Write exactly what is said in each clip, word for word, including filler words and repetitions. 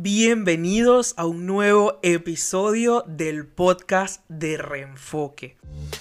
Bienvenidos a un nuevo episodio del podcast de Reenfoque.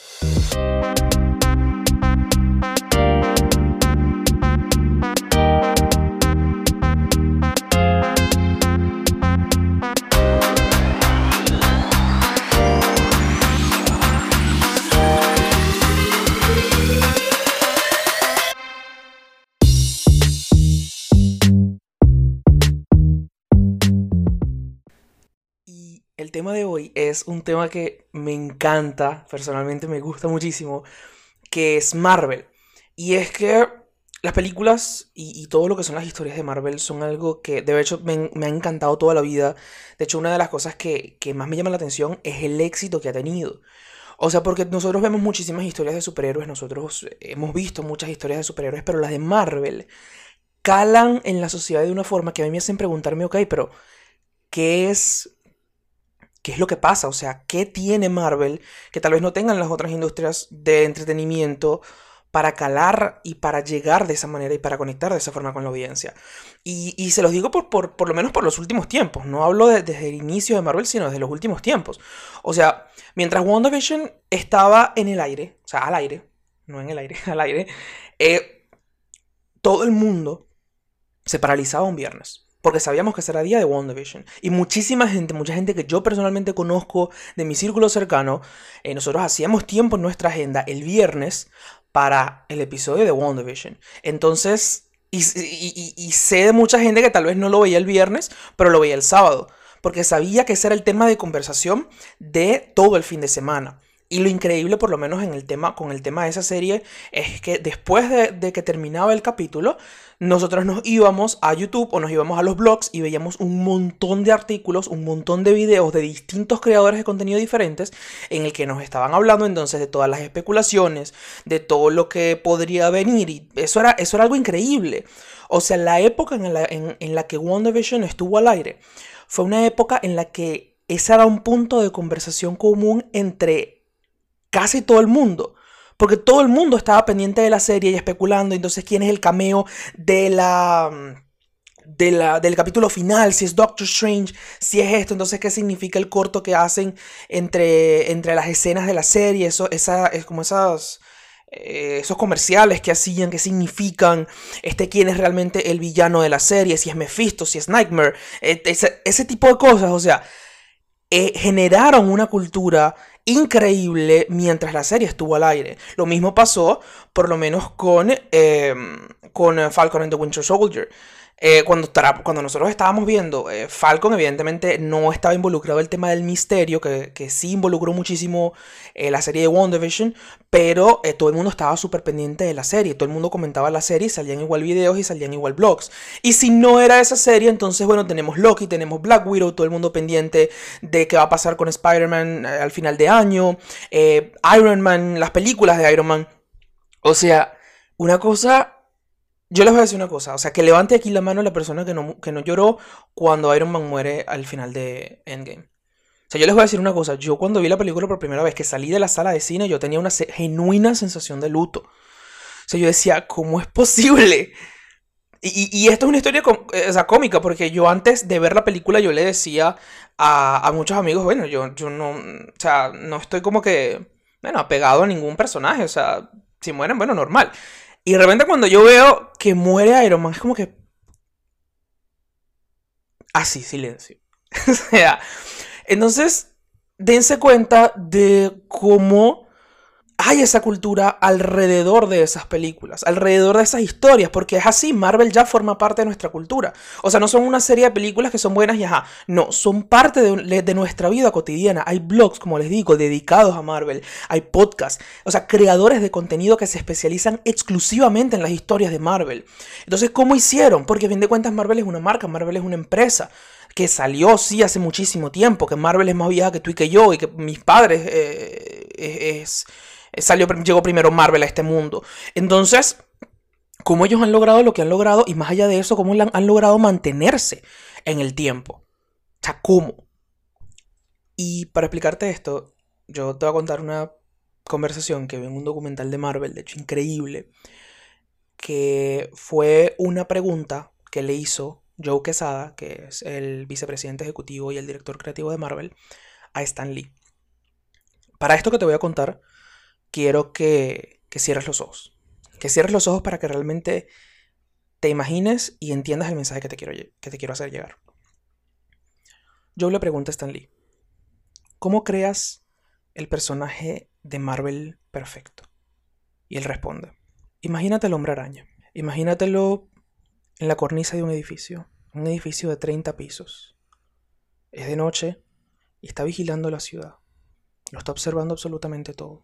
El tema de hoy es un tema que me encanta, personalmente me gusta muchísimo, que es Marvel. Y es que las películas y, y todo lo que son las historias de Marvel son algo que de hecho me, me ha encantado toda la vida. De hecho, una de las cosas que, que más me llama la atención es el éxito que ha tenido. O sea, porque nosotros vemos muchísimas historias de superhéroes, nosotros hemos visto muchas historias de superhéroes, pero las de Marvel calan en la sociedad de una forma que a mí me hacen preguntarme, ok, pero ¿qué es... ¿Qué es lo que pasa? O sea, ¿qué tiene Marvel que tal vez no tengan las otras industrias de entretenimiento para calar y para llegar de esa manera y para conectar de esa forma con la audiencia? Y, y se los digo por, por, por lo menos por los últimos tiempos. No hablo de, desde el inicio de Marvel, sino desde los últimos tiempos. O sea, mientras WandaVision estaba en el aire, o sea, al aire, no en el aire, al aire, eh, todo el mundo se paralizaba un viernes. Porque sabíamos que será día de WandaVision. Y muchísima gente, mucha gente que yo personalmente conozco de mi círculo cercano, eh, nosotros hacíamos tiempo en nuestra agenda el viernes para el episodio de WandaVision. Entonces, y, y, y, y sé de mucha gente que tal vez no lo veía el viernes, pero lo veía el sábado. Porque sabía que ese era el tema de conversación de todo el fin de semana. Y lo increíble, por lo menos en el tema, con el tema de esa serie, es que después de, de que terminaba el capítulo, nosotros nos íbamos a YouTube o nos íbamos a los blogs y veíamos un montón de artículos, un montón de videos de distintos creadores de contenido diferentes en el que nos estaban hablando entonces de todas las especulaciones, de todo lo que podría venir. Y eso era, eso era algo increíble. O sea, la época en la, en, en la que WandaVision estuvo al aire fue una época en la que ese era un punto de conversación común entre casi todo el mundo, porque todo el mundo estaba pendiente de la serie y especulando, entonces quién es el cameo de la, de la, del capítulo final, si es Doctor Strange, si es esto, entonces qué significa el corto que hacen entre, entre las escenas de la serie, eso, esa, es como esas... Eh, esos comerciales que hacían, qué significan, este, quién es realmente el villano de la serie, si es Mephisto, si es Nightmare, eh, ese, ese tipo de cosas, o sea, eh, generaron una cultura increíble mientras la serie estuvo al aire. Lo mismo pasó, por lo menos, con, eh, con Falcon and the Winter Soldier. Eh, cuando, cuando nosotros estábamos viendo eh, Falcon, evidentemente no estaba involucrado el tema del misterio, que, que sí involucró muchísimo eh, la serie de WandaVision, pero eh, todo el mundo estaba súper pendiente de la serie, todo el mundo comentaba la serie, salían igual videos y salían igual blogs. Y si no era esa serie, entonces bueno, tenemos Loki, tenemos Black Widow, todo el mundo pendiente de qué va a pasar con Spider-Man eh, al final de año, eh, Iron Man, las películas de Iron Man. O sea, una cosa... Yo les voy a decir una cosa, o sea, que levante aquí la mano la persona que no, que no lloró cuando Iron Man muere al final de Endgame. O sea, yo les voy a decir una cosa, yo cuando vi la película por primera vez, que salí de la sala de cine, yo tenía una se- genuina sensación de luto. O sea, yo decía, ¿cómo es posible? Y, y, y esto es una historia com- eh, o sea, cómica, porque yo antes de ver la película, yo le decía a, a muchos amigos, bueno, yo, yo no, o sea, no estoy como que, bueno, apegado a ningún personaje, o sea, si mueren, bueno, normal. Y de repente cuando yo veo que muere Iron Man, es como que... Así, silencio. O sea, entonces, dense cuenta de cómo hay esa cultura alrededor de esas películas, alrededor de esas historias, porque es así, Marvel ya forma parte de nuestra cultura. O sea, no son una serie de películas que son buenas y ajá, no, son parte de, de nuestra vida cotidiana. Hay blogs, como les digo, dedicados a Marvel, hay podcasts, o sea, creadores de contenido que se especializan exclusivamente en las historias de Marvel. Entonces, ¿cómo hicieron? Porque a fin de cuentas Marvel es una marca, Marvel es una empresa que salió, sí, hace muchísimo tiempo, que Marvel es más vieja que tú y que yo, y que mis padres eh, es... Salió, llegó primero Marvel a este mundo. Entonces, cómo ellos han logrado lo que han logrado y más allá de eso, cómo han, han logrado mantenerse en el tiempo. O sea, ¿cómo? Y para explicarte esto, yo te voy a contar una conversación que vi en un documental de Marvel, de hecho increíble, que fue una pregunta que le hizo Joe Quesada, que es el vicepresidente ejecutivo y el director creativo de Marvel, a Stan Lee. Para esto que te voy a contar, quiero que, que cierres los ojos. Que cierres los ojos para que realmente te imagines y entiendas el mensaje que te quiero, que te quiero hacer llegar. Joe le pregunta a Stan Lee, ¿cómo creas el personaje de Marvel perfecto? Y él responde, imagínate el hombre araña. Imagínatelo en la cornisa de un edificio. Un edificio de treinta pisos. Es de noche y está vigilando la ciudad. Lo está observando absolutamente todo.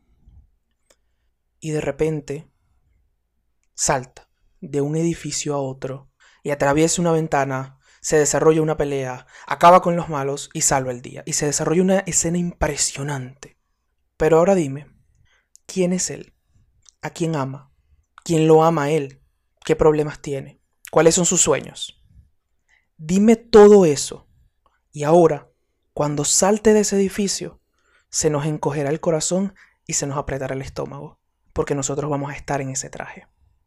Y de repente salta de un edificio a otro y atraviesa una ventana, se desarrolla una pelea, acaba con los malos y salva el día. Y se desarrolla una escena impresionante. Pero ahora dime, ¿quién es él? ¿A quién ama? ¿Quién lo ama a él? ¿Qué problemas tiene? ¿Cuáles son sus sueños? Dime todo eso. Y ahora, cuando salte de ese edificio, se nos encogerá el corazón y se nos apretará el estómago, porque nosotros vamos a estar en ese traje.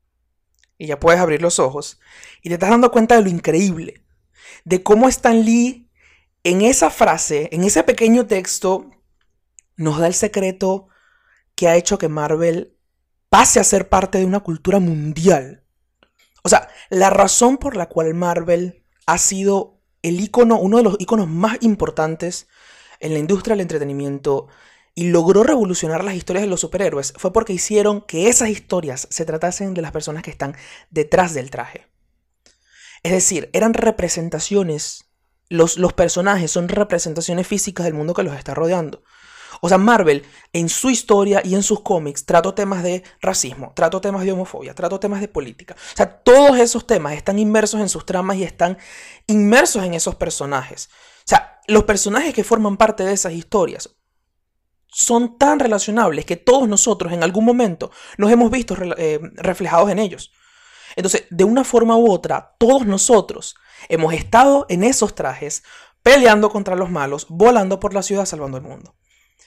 Y ya puedes abrir los ojos y te estás dando cuenta de lo increíble, de cómo Stan Lee, en esa frase, en ese pequeño texto, nos da el secreto que ha hecho que Marvel pase a ser parte de una cultura mundial. O sea, la razón por la cual Marvel ha sido el ícono, uno de los íconos más importantes en la industria del entretenimiento y logró revolucionar las historias de los superhéroes fue porque hicieron que esas historias se tratasen de las personas que están detrás del traje. Es decir, eran representaciones, los, los personajes son representaciones físicas del mundo que los está rodeando. O sea, Marvel en su historia y en sus cómics trató temas de racismo, trató temas de homofobia, trató temas de política. O sea, todos esos temas están inmersos en sus tramas y están inmersos en esos personajes. O sea, los personajes que forman parte de esas historias son tan relacionables que todos nosotros en algún momento nos hemos visto eh, reflejados en ellos. Entonces, de una forma u otra, todos nosotros hemos estado en esos trajes peleando contra los malos, volando por la ciudad, salvando el mundo.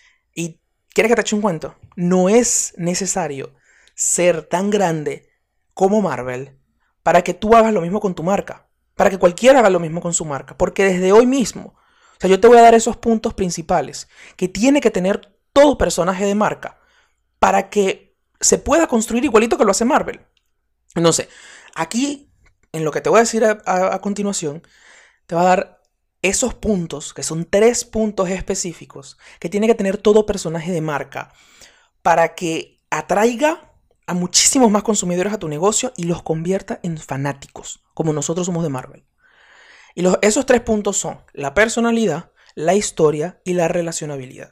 Y ¿quieres que te eche un cuento? No es necesario ser tan grande como Marvel para que tú hagas lo mismo con tu marca. Para que cualquiera haga lo mismo con su marca. Porque desde hoy mismo, o sea, yo te voy a dar esos puntos principales que tiene que tener todo personaje de marca para que se pueda construir igualito que lo hace Marvel. Entonces, aquí, en lo que te voy a decir a, a, a continuación, te va a dar esos puntos, que son tres puntos específicos, que tiene que tener todo personaje de marca para que atraiga a muchísimos más consumidores a tu negocio y los convierta en fanáticos, como nosotros somos de Marvel. Y los, esos tres puntos son la personalidad, la historia y la relacionabilidad.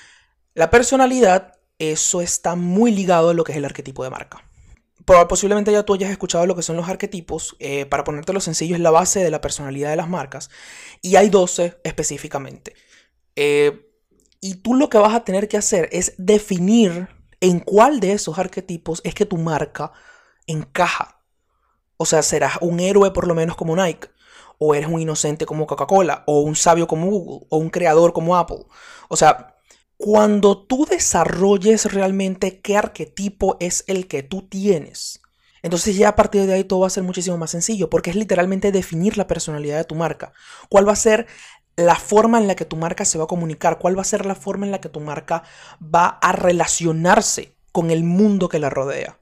La personalidad, eso está muy ligado a lo que es el arquetipo de marca. Posiblemente ya tú hayas escuchado lo que son los arquetipos. Eh, para ponértelo sencillo, es la base de la personalidad de las marcas. Y hay doce específicamente. Eh, y tú lo que vas a tener que hacer es definir en cuál de esos arquetipos es que tu marca encaja. O sea, serás un héroe por lo menos como Nike. O eres un inocente como Coca-Cola. O un sabio como Google. O un creador como Apple. O sea, cuando tú desarrolles realmente qué arquetipo es el que tú tienes, entonces ya a partir de ahí todo va a ser muchísimo más sencillo, porque es literalmente definir la personalidad de tu marca. ¿Cuál va a ser la forma en la que tu marca se va a comunicar? ¿Cuál va a ser la forma en la que tu marca va a relacionarse con el mundo que la rodea?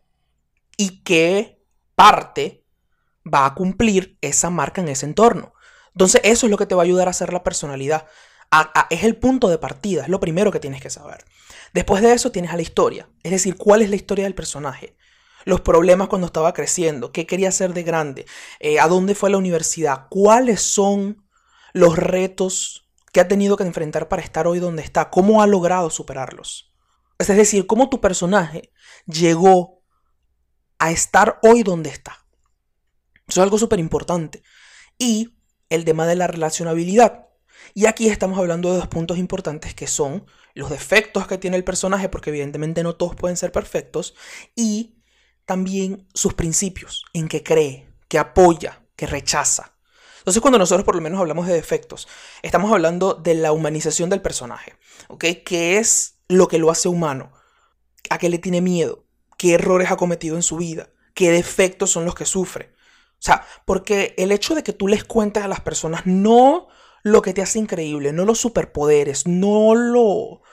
¿Y qué parte va a cumplir esa marca en ese entorno? Entonces eso es lo que te va a ayudar a hacer la personalidad. A, a, es el punto de partida, es lo primero que tienes que saber. Después de eso tienes a la historia, es decir, cuál es la historia del personaje, los problemas cuando estaba creciendo, qué quería hacer de grande, eh, a dónde fue a la universidad, cuáles son los retos que ha tenido que enfrentar para estar hoy donde está, cómo ha logrado superarlos. Es decir, cómo tu personaje llegó a estar hoy donde está. Eso es algo súper importante. Y el tema de la relacionabilidad. Y aquí estamos hablando de dos puntos importantes que son los defectos que tiene el personaje, porque evidentemente no todos pueden ser perfectos, y también sus principios, en que cree, que apoya, que rechaza. Entonces cuando nosotros por lo menos hablamos de defectos, estamos hablando de la humanización del personaje, ¿ok? ¿Qué es lo que lo hace humano? ¿A qué le tiene miedo? ¿Qué errores ha cometido en su vida? ¿Qué defectos son los que sufre? O sea, porque el hecho de que tú les cuentes a las personas no lo que te hace increíble, no los superpoderes, no lo,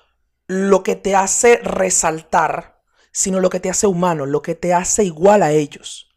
lo que te hace resaltar, sino lo que te hace humano, lo que te hace igual a ellos.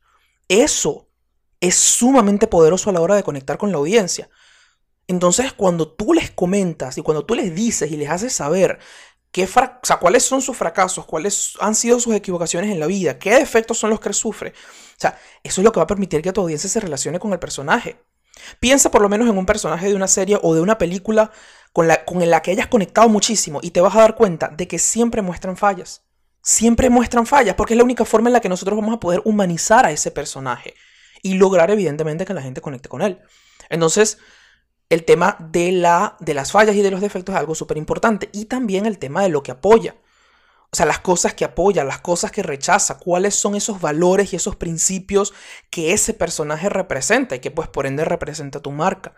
Eso es sumamente poderoso a la hora de conectar con la audiencia. Entonces, cuando tú les comentas y cuando tú les dices y les haces saber qué fra- o sea, cuáles son sus fracasos, cuáles han sido sus equivocaciones en la vida, qué defectos son los que él sufre, o sea, eso es lo que va a permitir que tu audiencia se relacione con el personaje. Piensa por lo menos en un personaje de una serie o de una película con la, con la que hayas conectado muchísimo y te vas a dar cuenta de que siempre muestran fallas. Siempre muestran fallas porque es la única forma en la que nosotros vamos a poder humanizar a ese personaje y lograr evidentemente que la gente conecte con él. Entonces, el tema de, la, de las fallas y de los defectos es algo súper importante. Y también el tema de lo que apoya. O sea, las cosas que apoya, las cosas que rechaza, cuáles son esos valores y esos principios que ese personaje representa y que pues por ende representa tu marca.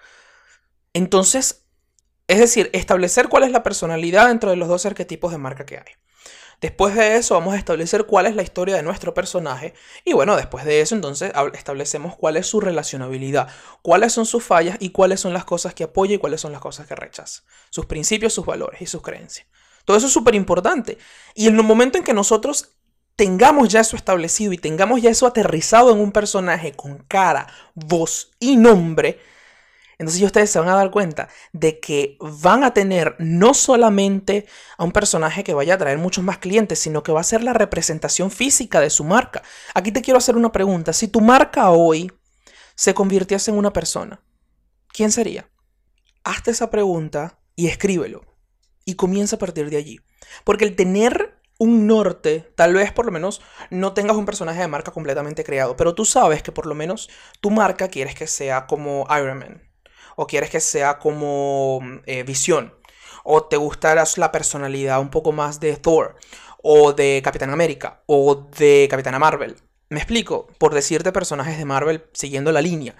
Entonces, es decir, establecer cuál es la personalidad dentro de los dos arquetipos de marca que hay. Después de eso vamos a establecer cuál es la historia de nuestro personaje y bueno, después de eso entonces establecemos cuál es su relacionabilidad, cuáles son sus fallas y cuáles son las cosas que apoya y cuáles son las cosas que rechaza, sus principios, sus valores y sus creencias. Todo eso es súper importante y en el momento en que nosotros tengamos ya eso establecido y tengamos ya eso aterrizado en un personaje con cara, voz y nombre, entonces ya ustedes se van a dar cuenta de que van a tener no solamente a un personaje que vaya a traer muchos más clientes, sino que va a ser la representación física de su marca. Aquí te quiero hacer una pregunta. Si tu marca hoy se convirtiese en una persona, ¿quién sería? Hazte esa pregunta y escríbelo. Y comienza a partir de allí. Porque el tener un norte, tal vez por lo menos no tengas un personaje de marca completamente creado, pero tú sabes que por lo menos tu marca quieres que sea como Iron Man. O quieres que sea como eh, Visión. O te gustará la personalidad un poco más de Thor. O de Capitán América. O de Capitana Marvel. Me explico. Por decirte personajes de Marvel siguiendo la línea.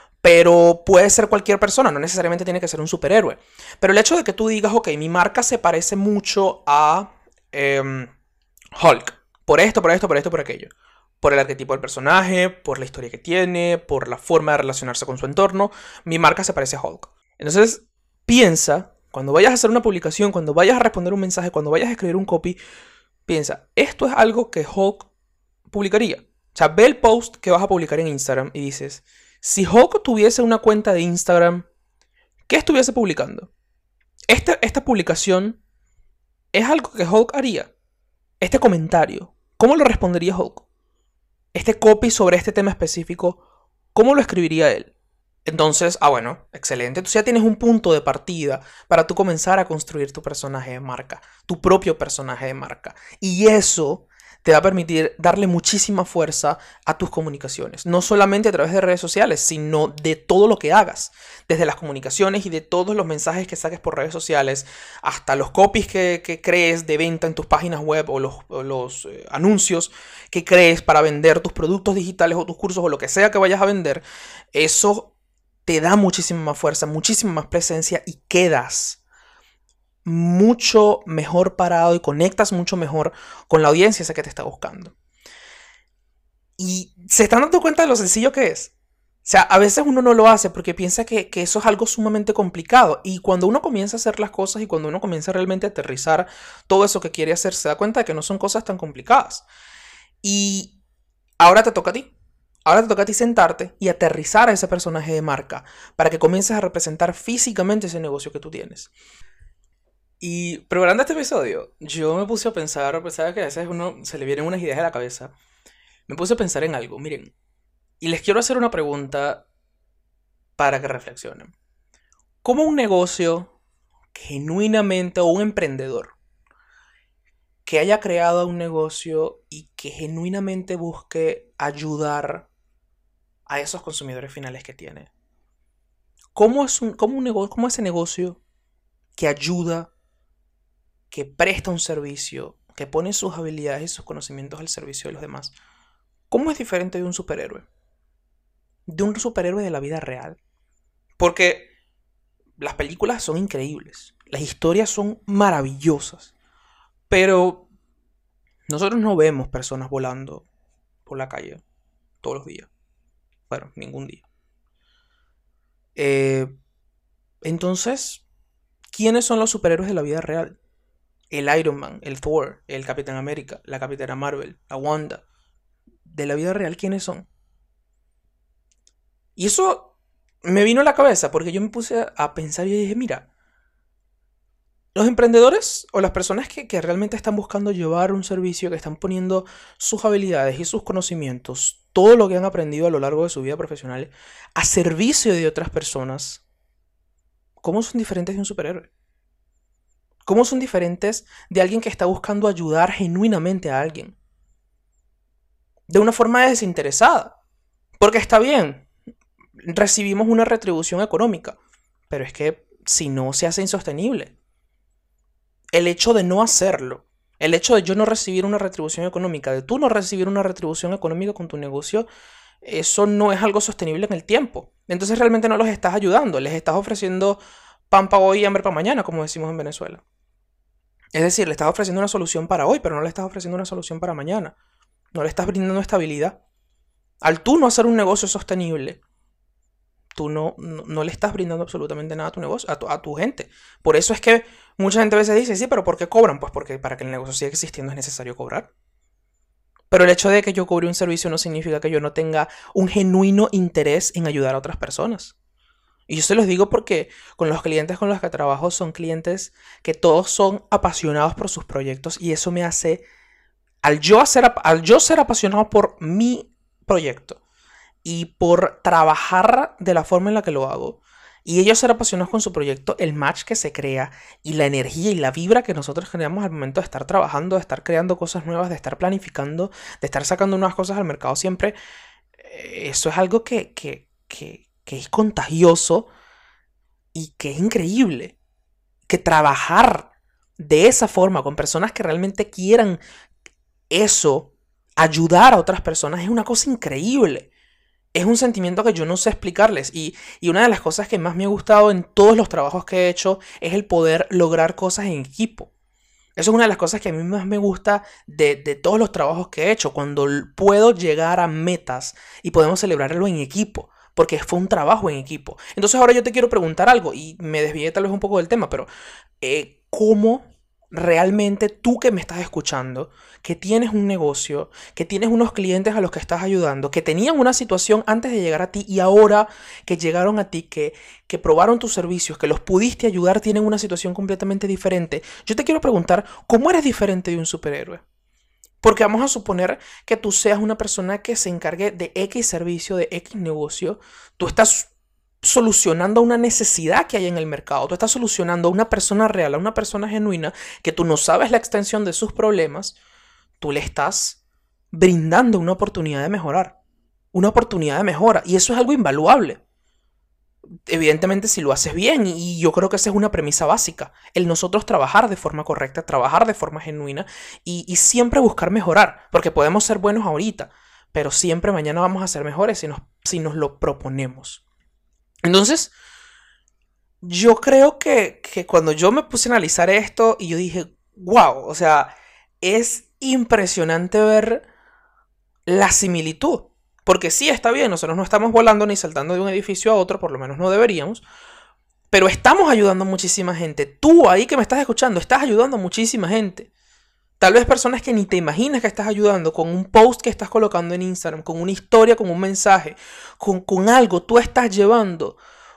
Pero puede ser cualquier persona. No necesariamente tiene que ser un superhéroe. Pero el hecho de que tú digas, ok, mi marca se parece mucho a eh, Hulk. Por esto, por esto, por esto, por aquello. Por el arquetipo del personaje, por la historia que tiene, por la forma de relacionarse con su entorno. Mi marca se parece a Hulk. Entonces, piensa, cuando vayas a hacer una publicación, cuando vayas a responder un mensaje, cuando vayas a escribir un copy, piensa, esto es algo que Hulk publicaría. O sea, ve el post que vas a publicar en Instagram y dices, si Hulk tuviese una cuenta de Instagram, ¿qué estuviese publicando? Esta, esta publicación es algo que Hulk haría. Este comentario, ¿cómo lo respondería Hulk? Este copy sobre este tema específico, ¿cómo lo escribiría él? Entonces, ah bueno, excelente. Tú ya tienes un punto de partida para tú comenzar a construir tu personaje de marca, tu propio personaje de marca. Y eso te va a permitir darle muchísima fuerza a tus comunicaciones. No solamente a través de redes sociales, sino de todo lo que hagas. Desde las comunicaciones y de todos los mensajes que saques por redes sociales, hasta los copies que, que crees de venta en tus páginas web o los, o los eh, anuncios que crees para vender tus productos digitales o tus cursos o lo que sea que vayas a vender. Eso te da muchísima más fuerza, muchísima más presencia y quedas mucho mejor parado y conectas mucho mejor con la audiencia esa que te está buscando. Y se están dando cuenta de lo sencillo que es. O sea, a veces uno no lo hace porque piensa que, que eso es algo sumamente complicado. Y cuando uno comienza a hacer las cosas y cuando uno comienza realmente a aterrizar todo eso que quiere hacer, se da cuenta de que no son cosas tan complicadas. Y ahora te toca a ti. Ahora te toca a ti sentarte y aterrizar a ese personaje de marca para que comiences a representar físicamente ese negocio que tú tienes. Y preparando este episodio, yo me puse a pensar, pues sabes que a veces uno se le vienen unas ideas a la cabeza. Me puse a pensar en algo, miren. Y les quiero hacer una pregunta para que reflexionen. ¿Cómo un negocio genuinamente o un emprendedor que haya creado un negocio y que genuinamente busque ayudar a esos consumidores finales que tiene? ¿Cómo es un, cómo un negocio, cómo ese negocio que ayuda, que presta un servicio, que pone sus habilidades y sus conocimientos al servicio de los demás, cómo es diferente de un superhéroe? De un superhéroe de la vida real. Porque las películas son increíbles, las historias son maravillosas, pero nosotros no vemos personas volando por la calle todos los días. Bueno, ningún día. Eh, entonces, ¿quiénes son los superhéroes de la vida real? El Iron Man, el Thor, el Capitán América, la Capitana Marvel, la Wanda. De la vida real, ¿quiénes son? Y eso me vino a la cabeza porque yo me puse a pensar y dije, mira, los emprendedores o las personas que, que realmente están buscando llevar un servicio, que están poniendo sus habilidades y sus conocimientos, todo lo que han aprendido a lo largo de su vida profesional, a servicio de otras personas, ¿cómo son diferentes de un superhéroe? ¿Cómo son diferentes de alguien que está buscando ayudar genuinamente a alguien? De una forma desinteresada. Porque está bien, recibimos una retribución económica, pero es que si no se hace insostenible. El hecho de no hacerlo, el hecho de yo no recibir una retribución económica, de tú no recibir una retribución económica con tu negocio, eso no es algo sostenible en el tiempo. Entonces realmente no los estás ayudando, les estás ofreciendo pan para hoy y hambre para mañana, como decimos en Venezuela. Es decir, le estás ofreciendo una solución para hoy, pero no le estás ofreciendo una solución para mañana. No le estás brindando estabilidad. Al tú no hacer un negocio sostenible, tú no, no, no le estás brindando absolutamente nada a tu negocio, a tu, a tu gente. Por eso es que mucha gente a veces dice, sí, pero ¿por qué cobran? Pues porque para que el negocio siga existiendo es necesario cobrar. Pero el hecho de que yo cobre un servicio no significa que yo no tenga un genuino interés en ayudar a otras personas. Y yo se los digo porque con los clientes con los que trabajo son clientes que todos son apasionados por sus proyectos y eso me hace, al yo, hacer, al yo ser apasionado por mi proyecto y por trabajar de la forma en la que lo hago, y ellos ser apasionados con su proyecto, el match que se crea y la energía y la vibra que nosotros generamos al momento de estar trabajando, de estar creando cosas nuevas, de estar planificando, de estar sacando nuevas cosas al mercado siempre, eso es algo que, que, que, que es contagioso y que es increíble. Que trabajar de esa forma con personas que realmente quieran eso, ayudar a otras personas, es una cosa increíble. Es un sentimiento que yo no sé explicarles. Y, y una de las cosas que más me ha gustado en todos los trabajos que he hecho es el poder lograr cosas en equipo. Eso es una de las cosas que a mí más me gusta de, de todos los trabajos que he hecho. Cuando puedo llegar a metas y podemos celebrarlo en equipo. Porque fue un trabajo en equipo. Entonces ahora yo te quiero preguntar algo. Y me desvié tal vez un poco del tema. Pero eh, ¿cómo realmente tú que me estás escuchando, que tienes un negocio, que tienes unos clientes a los que estás ayudando, que tenían una situación antes de llegar a ti y ahora que llegaron a ti, que, que probaron tus servicios, que los pudiste ayudar, tienen una situación completamente diferente? Yo te quiero preguntar, ¿cómo eres diferente de un superhéroe? Porque vamos a suponer que tú seas una persona que se encargue de X servicio, de X negocio. Tú estás solucionando una necesidad que hay en el mercado. Tú estás solucionando a una persona real, a una persona genuina, que tú no sabes la extensión de sus problemas. Tú le estás brindando una oportunidad de mejorar. Una oportunidad de mejora. Y eso es algo invaluable. Evidentemente si lo haces bien, y yo creo que esa es una premisa básica, el nosotros trabajar de forma correcta, trabajar de forma genuina y, y siempre buscar mejorar, porque podemos ser buenos ahorita, pero siempre mañana vamos a ser mejores si nos, si nos lo proponemos. Entonces, yo creo que, que cuando yo me puse a analizar esto y yo dije, wow, o sea, es impresionante ver la similitud. Porque sí, está bien, nosotros no estamos volando ni saltando de un edificio a otro, por lo menos no deberíamos, pero estamos ayudando a muchísima gente. Tú ahí que me estás escuchando, estás ayudando a muchísima gente. Tal vez personas que ni te imaginas que estás ayudando, con un post que estás colocando en Instagram, con una historia, con un mensaje, con, con algo, tú estás llevando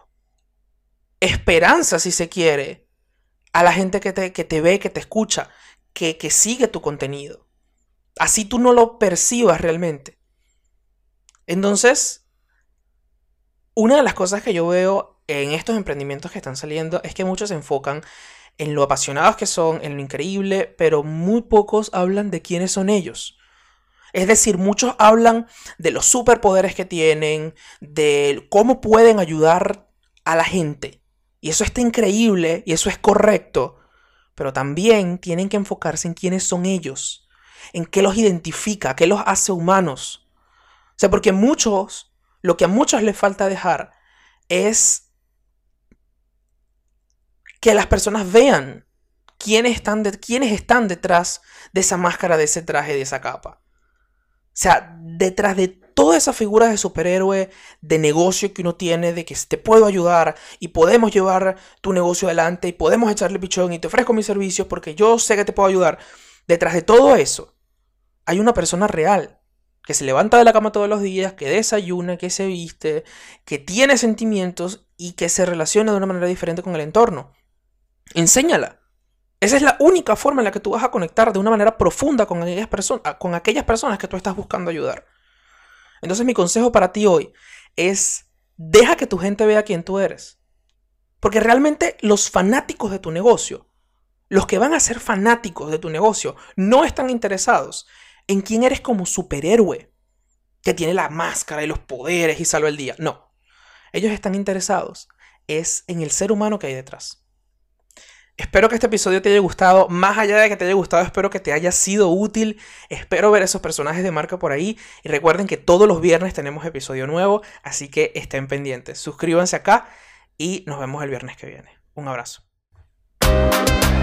esperanza, si se quiere, a la gente que te, que te ve, que te escucha, que, que sigue tu contenido. Así tú no lo percibas realmente. Entonces, una de las cosas que yo veo en estos emprendimientos que están saliendo es que muchos se enfocan en lo apasionados que son, en lo increíble, pero muy pocos hablan de quiénes son ellos. Es decir, muchos hablan de los superpoderes que tienen, de cómo pueden ayudar a la gente. Y eso está increíble y eso es correcto, pero también tienen que enfocarse en quiénes son ellos, en qué los identifica, qué los hace humanos. O sea, porque muchos, lo que a muchos les falta dejar es que las personas vean quiénes están, de, quiénes están detrás de esa máscara, de ese traje, de esa capa. O sea, detrás de todas esas figuras de superhéroe, de negocio que uno tiene, de que te puedo ayudar y podemos llevar tu negocio adelante y podemos echarle pichón y te ofrezco mis servicios porque yo sé que te puedo ayudar. Detrás de todo eso hay una persona real que se levanta de la cama todos los días, que desayuna, que se viste, que tiene sentimientos y que se relaciona de una manera diferente con el entorno. Enséñala. Esa es la única forma en la que tú vas a conectar de una manera profunda con aquellas, perso- con aquellas personas que tú estás buscando ayudar. Entonces mi consejo para ti hoy es: deja que tu gente vea quién tú eres. Porque realmente los fanáticos de tu negocio, los que van a ser fanáticos de tu negocio, no están interesados en quién eres como superhéroe, que tiene la máscara y los poderes y salva el día. No. Ellos están interesados es en el ser humano que hay detrás. Espero que este episodio te haya gustado. Más allá de que te haya gustado, espero que te haya sido útil. Espero ver esos personajes de marca por ahí. Y recuerden que todos los viernes tenemos episodio nuevo, así que estén pendientes. Suscríbanse acá y nos vemos el viernes que viene. Un abrazo.